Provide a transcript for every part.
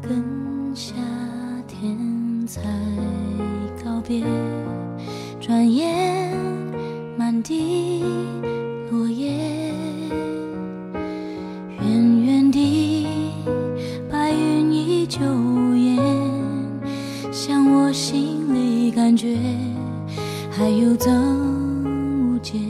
跟夏天才告别，转眼满地落叶，远远地白云依旧无言，像我心里感觉还有增无减。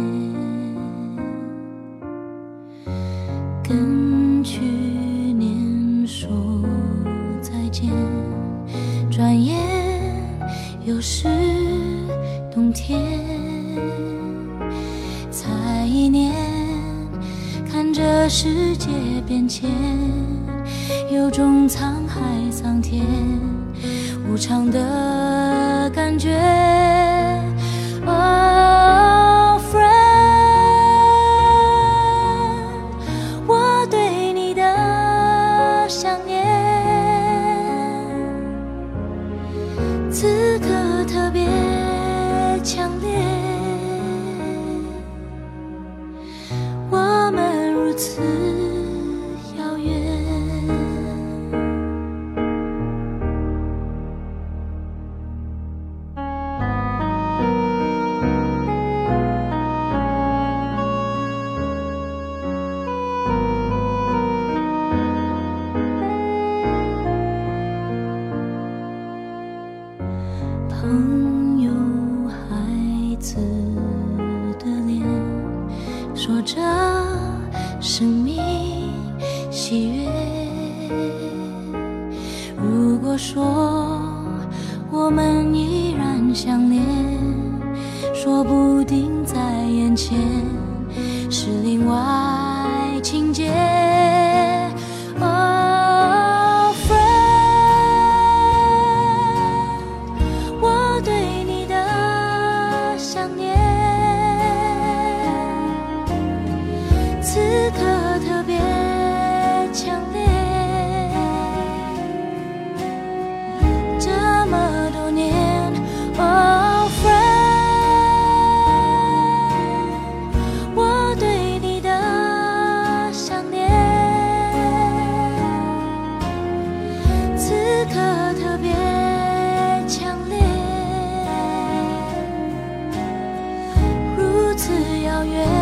跟去年说再见，转眼又是冬天。才一年，看着世界变迁，有种沧海桑田无常的感觉。Oh friend， 我对你的想念，此刻特别强烈。我们如此遥远。朋友孩子的脸，说着生命喜悦。如果说我们依然相恋，说不定在眼前是另外情节。Oh friend， 我对你的想念，此刻特别强烈。这么多年 Oh friend， 我对你的想念，此刻特别强烈，如此遥远。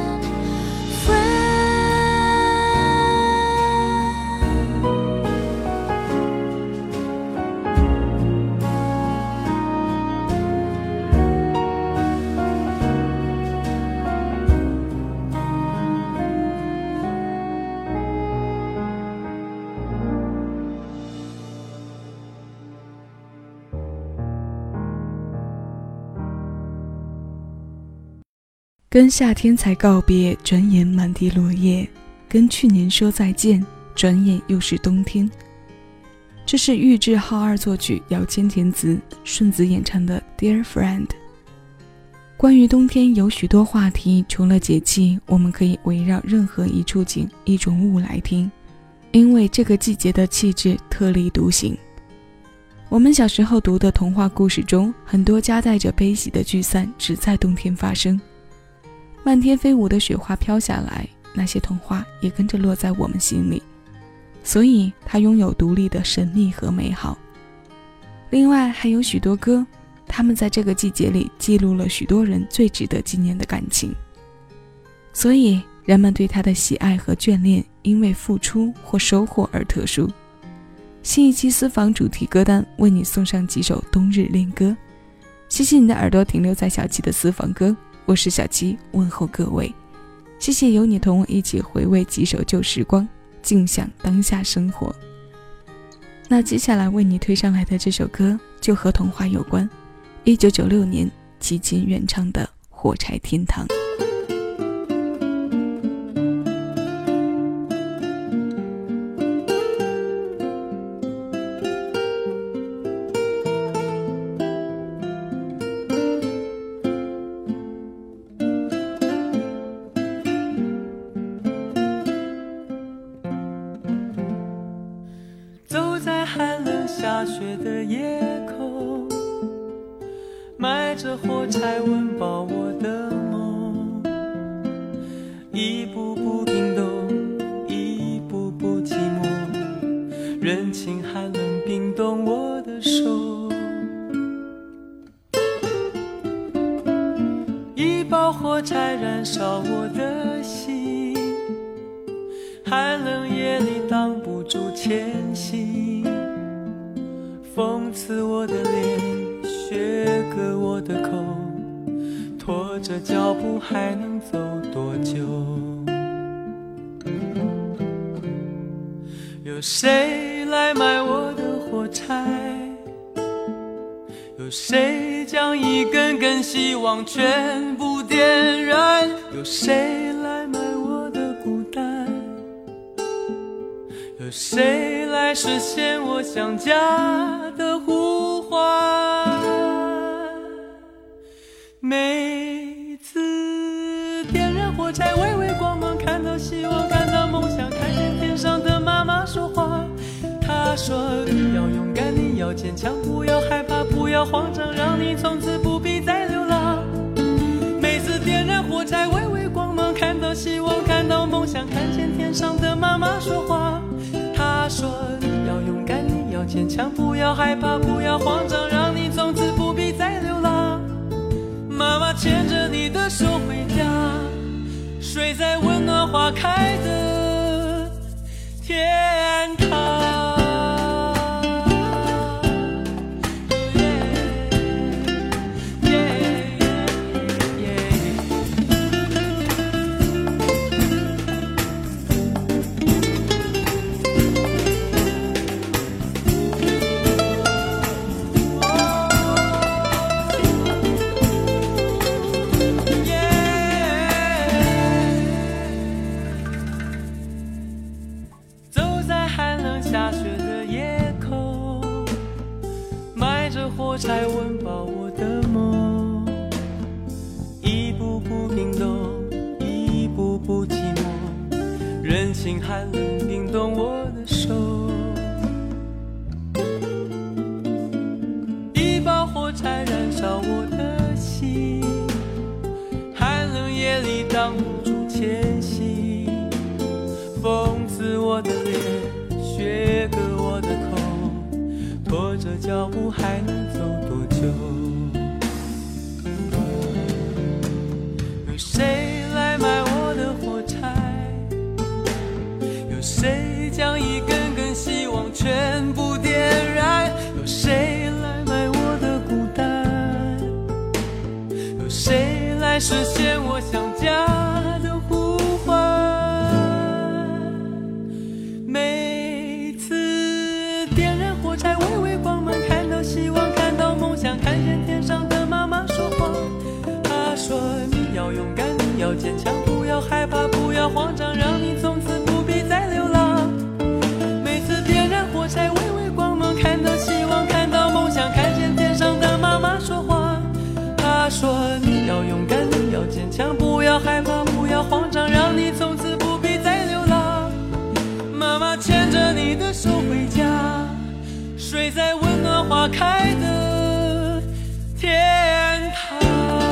跟夏天才告别，转眼满地落叶，跟去年说再见，转眼又是冬天。这是玉置浩二作曲，姚谦填词，顺子演唱的 Dear Friend。 关于冬天有许多话题，除了节气，我们可以围绕任何一处景一种物来听，因为这个季节的气质特立独行。我们小时候读的童话故事中，很多夹带着悲喜的聚散只在冬天发生。漫天飞舞的雪花飘下来，那些童话也跟着落在我们心里，所以它拥有独立的神秘和美好。另外还有许多歌，他们在这个季节里记录了许多人最值得纪念的感情，所以人们对它的喜爱和眷恋因为付出或收获而特殊。新一期私房主题歌单为你送上几首冬日恋歌，谢谢你的耳朵停留在小七的私房歌，我是小七，问候各位。谢谢有你同我一起回味几首旧时光，静享当下生活。那接下来为你推上来的这首歌就和童话有关，1996年齐秦原唱的《火柴天堂》。 下雪的夜空，埋着火柴温饱我的梦，一步步冰冻，一步步寂寞， 人情寒冷冰冻我的手，一包火柴燃烧我的心，寒冷夜里挡不住前行，讽刺我的脸，削割我的口，拖着脚步还能走多久？有谁来买我的火柴？有谁将一根根希望全部点燃？有谁来买我的孤单？有谁来实现我想家的呼唤？每次点燃火柴，微微光芒，看到希望，看到梦想，看见天上的妈妈说话。她说你要勇敢，你要坚强，不要害怕，不要慌张，让你从此不必再流浪。每次点燃火柴，微微光芒，看到希望，看到梦想，看见天上的妈妈说话。她说你要勇敢，你要坚强，不要害怕，不要慌张，让你从此不必再流浪。妈妈牵着你的手回家，睡在温暖花开的天堂。火柴温饱我的梦，一步步冰冻，一步步寂寞，人情寒冷冰冻我的手，一包火柴燃烧我的心，寒冷夜里挡不住前行，讽刺我的脸，削割我的口，拖着脚步还能走多久？有谁来买我的火柴？有谁将一根根希望全部点燃？有谁来买我的孤单？有谁来实现我想家的呼唤？每次点燃火柴，微微光芒，看到希望，看到梦想，看见天上的妈妈说话。她说你要勇敢，你要坚强，不要害怕，不要慌张，让你从此不必再流浪。每次点燃火柴，微微光芒，看到希望，看到梦想，看见天上的妈妈说话。她说你要勇敢，你要坚强，不要害怕，不要慌张，让你从此不必再流浪。妈妈牵着你的手回家，睡在温暖花开的天堂。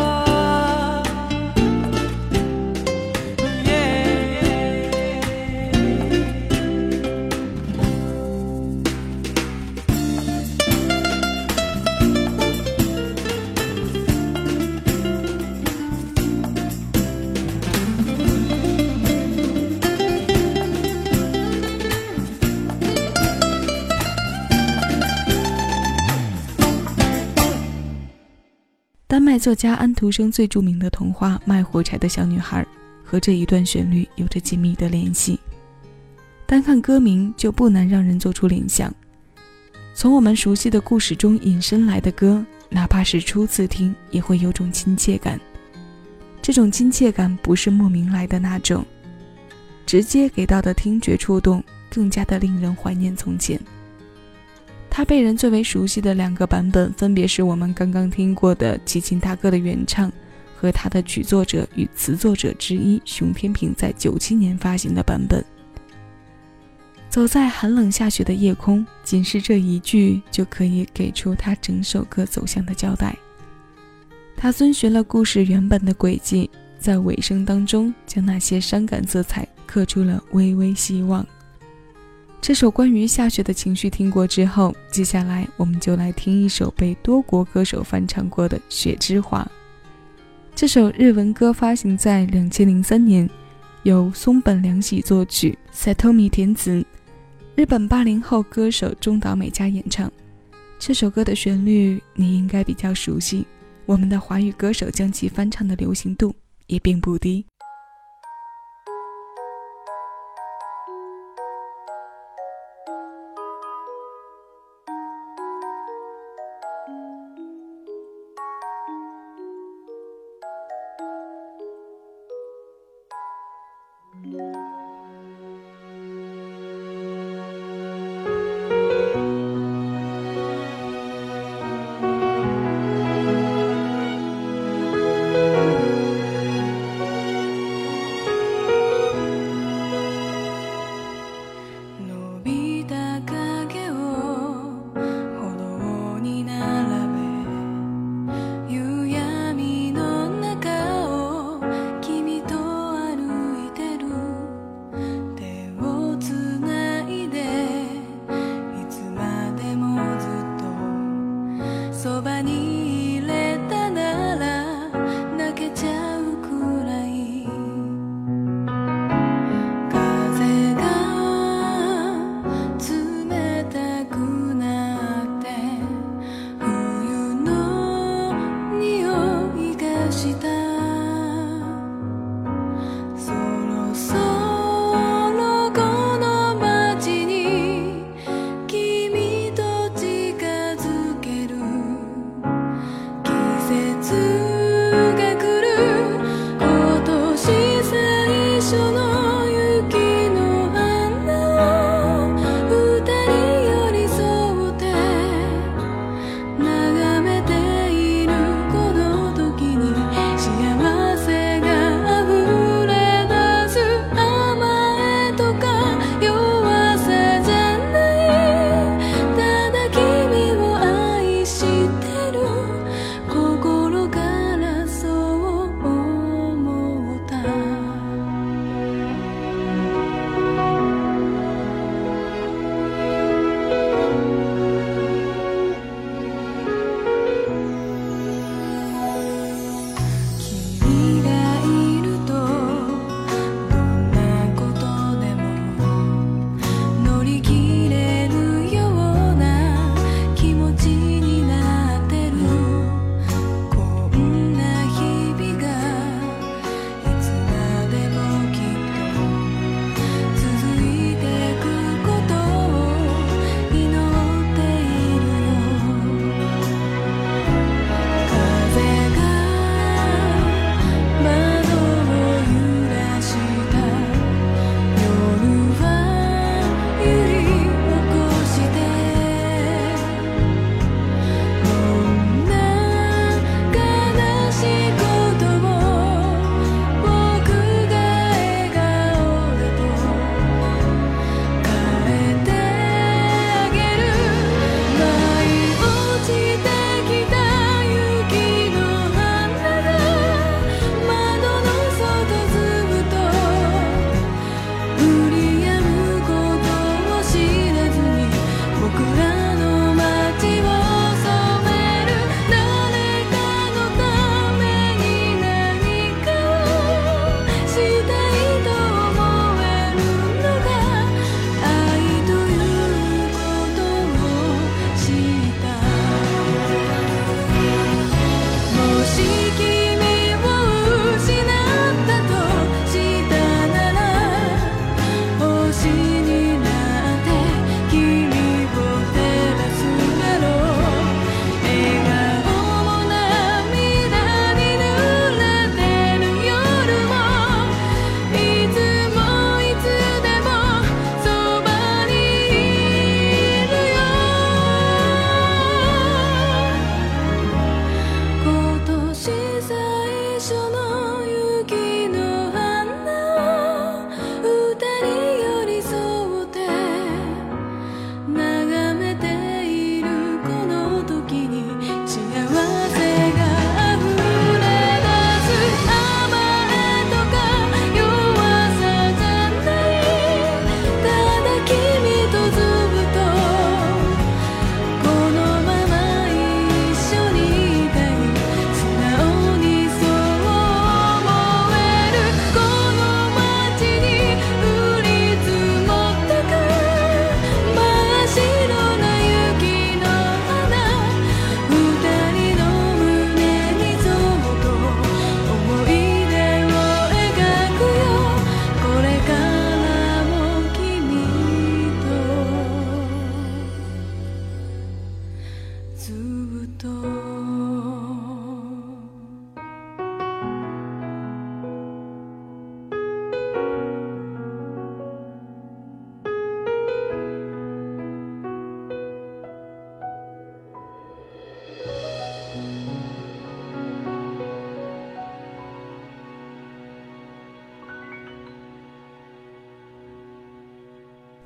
丹麦作家安徒生最著名的童话《卖火柴的小女孩》和这一段旋律有着紧密的联系，单看歌名就不难让人做出联想。从我们熟悉的故事中引申来的歌，哪怕是初次听也会有种亲切感。这种亲切感不是莫名来的那种，直接给到的听觉触动更加的令人怀念从前。它被人最为熟悉的两个版本分别是我们刚刚听过的齐秦大哥的原唱和他的曲作者与词作者之一熊天平在97年发行的版本。走在寒冷下雪的夜空，仅是这一句就可以给出他整首歌走向的交代。他遵循了故事原本的轨迹，在尾声当中将那些伤感色彩刻出了微微希望。 这首关于下雪的情绪听过之后，接下来我们就来听一首被多国歌手翻唱过的《雪之华》。这首日文歌发行在2003年，由松本凉喜作曲， Satomi 填词，日本80后歌手中岛美嘉演唱。这首歌的旋律你应该比较熟悉，我们的华语歌手将其翻唱的流行度也并不低。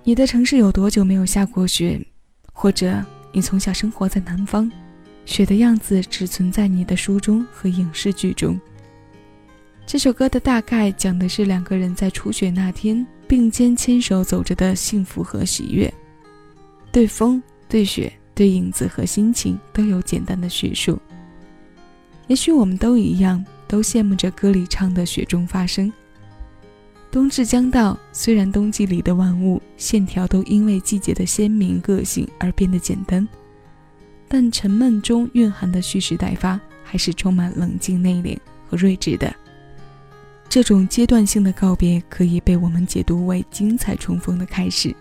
你的城市有多久没有下过雪？或者你从小生活在南方，雪的样子只存在你的书中和影视剧中。这首歌的大概讲的是两个人在初雪那天并肩牵手走着的幸福和喜悦，对风、对雪、对影子和心情都有简单的叙述。也许我们都一样，都羡慕着歌里唱的雪中发生。冬至将到，虽然冬季里的万物线条都因为季节的鲜明个性而变得简单，但沉闷中蕴含的蓄势待发还是充满冷静内敛和睿智的。这种阶段性的告别可以被我们解读为精彩重逢的开始。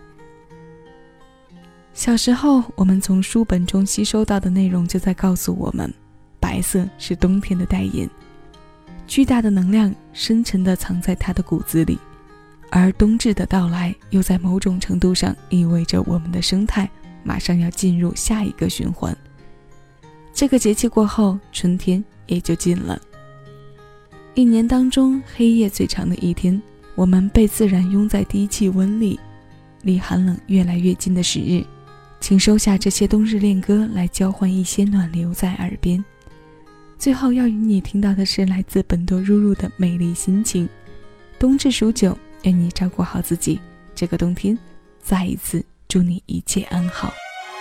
小时候我们从书本中吸收到的内容就在告诉我们，白色是冬天的代言，巨大的能量深沉地藏在它的骨子里，而冬至的到来又在某种程度上意味着我们的生态马上要进入下一个循环。这个节气过后，春天也就近了。一年当中黑夜最长的一天，我们被自然拥在低气温里，离寒冷越来越近的时日，请收下这些冬日恋歌来交换一些暖流在耳边。最后要与你听到的是来自本多入入的美丽心情。冬至数9，愿你照顾好自己，这个冬天再一次祝你一切安好。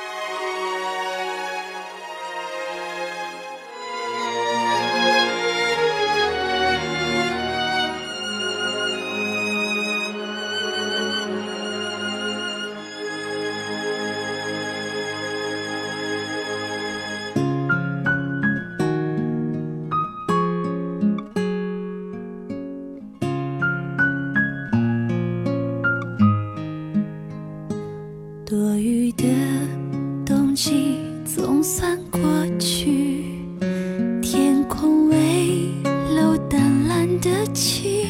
多余的冬季总算过去，天空微露淡蓝的晴。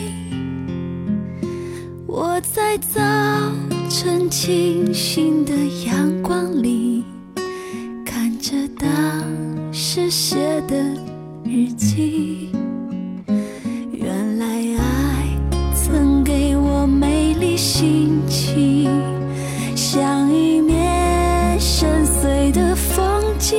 我在早晨清新的阳光里，看着当时写的日记。原来爱曾给我美丽心情，像一面深邃的风景。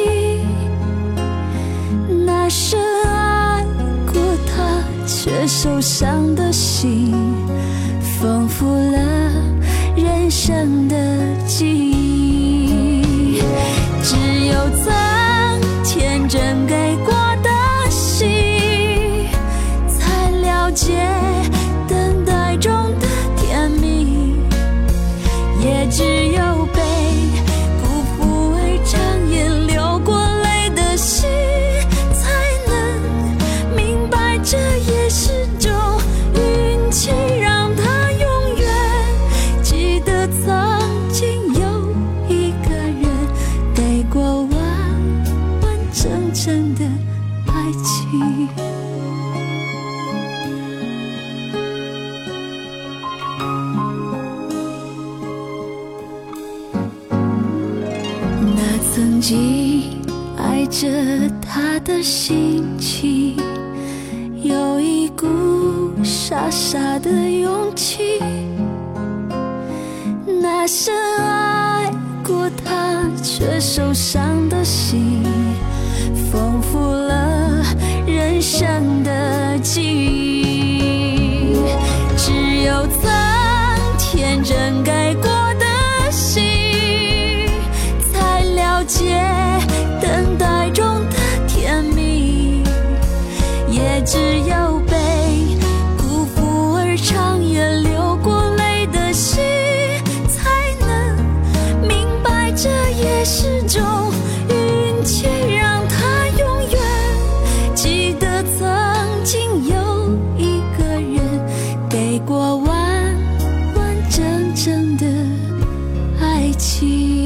那深爱过他却受伤的心，丰富了人生的记忆。只有曾天真给过的心，才了解等待中的甜蜜。也只有被辜负而长夜流过泪的心，才能明白这也是种运气，让他永远记得曾经有一个人给过完完整整的爱情。曾经爱着他的心情，有一股傻傻的勇气。那深爱过他却受伤的心，丰富了人生的记忆。只有曾天真给过的心，了解等待中的甜蜜。也只有被辜负而长夜流过泪的心，才能明白这也是种运气，让他永远记得曾经有一个人给过完完整整的爱情。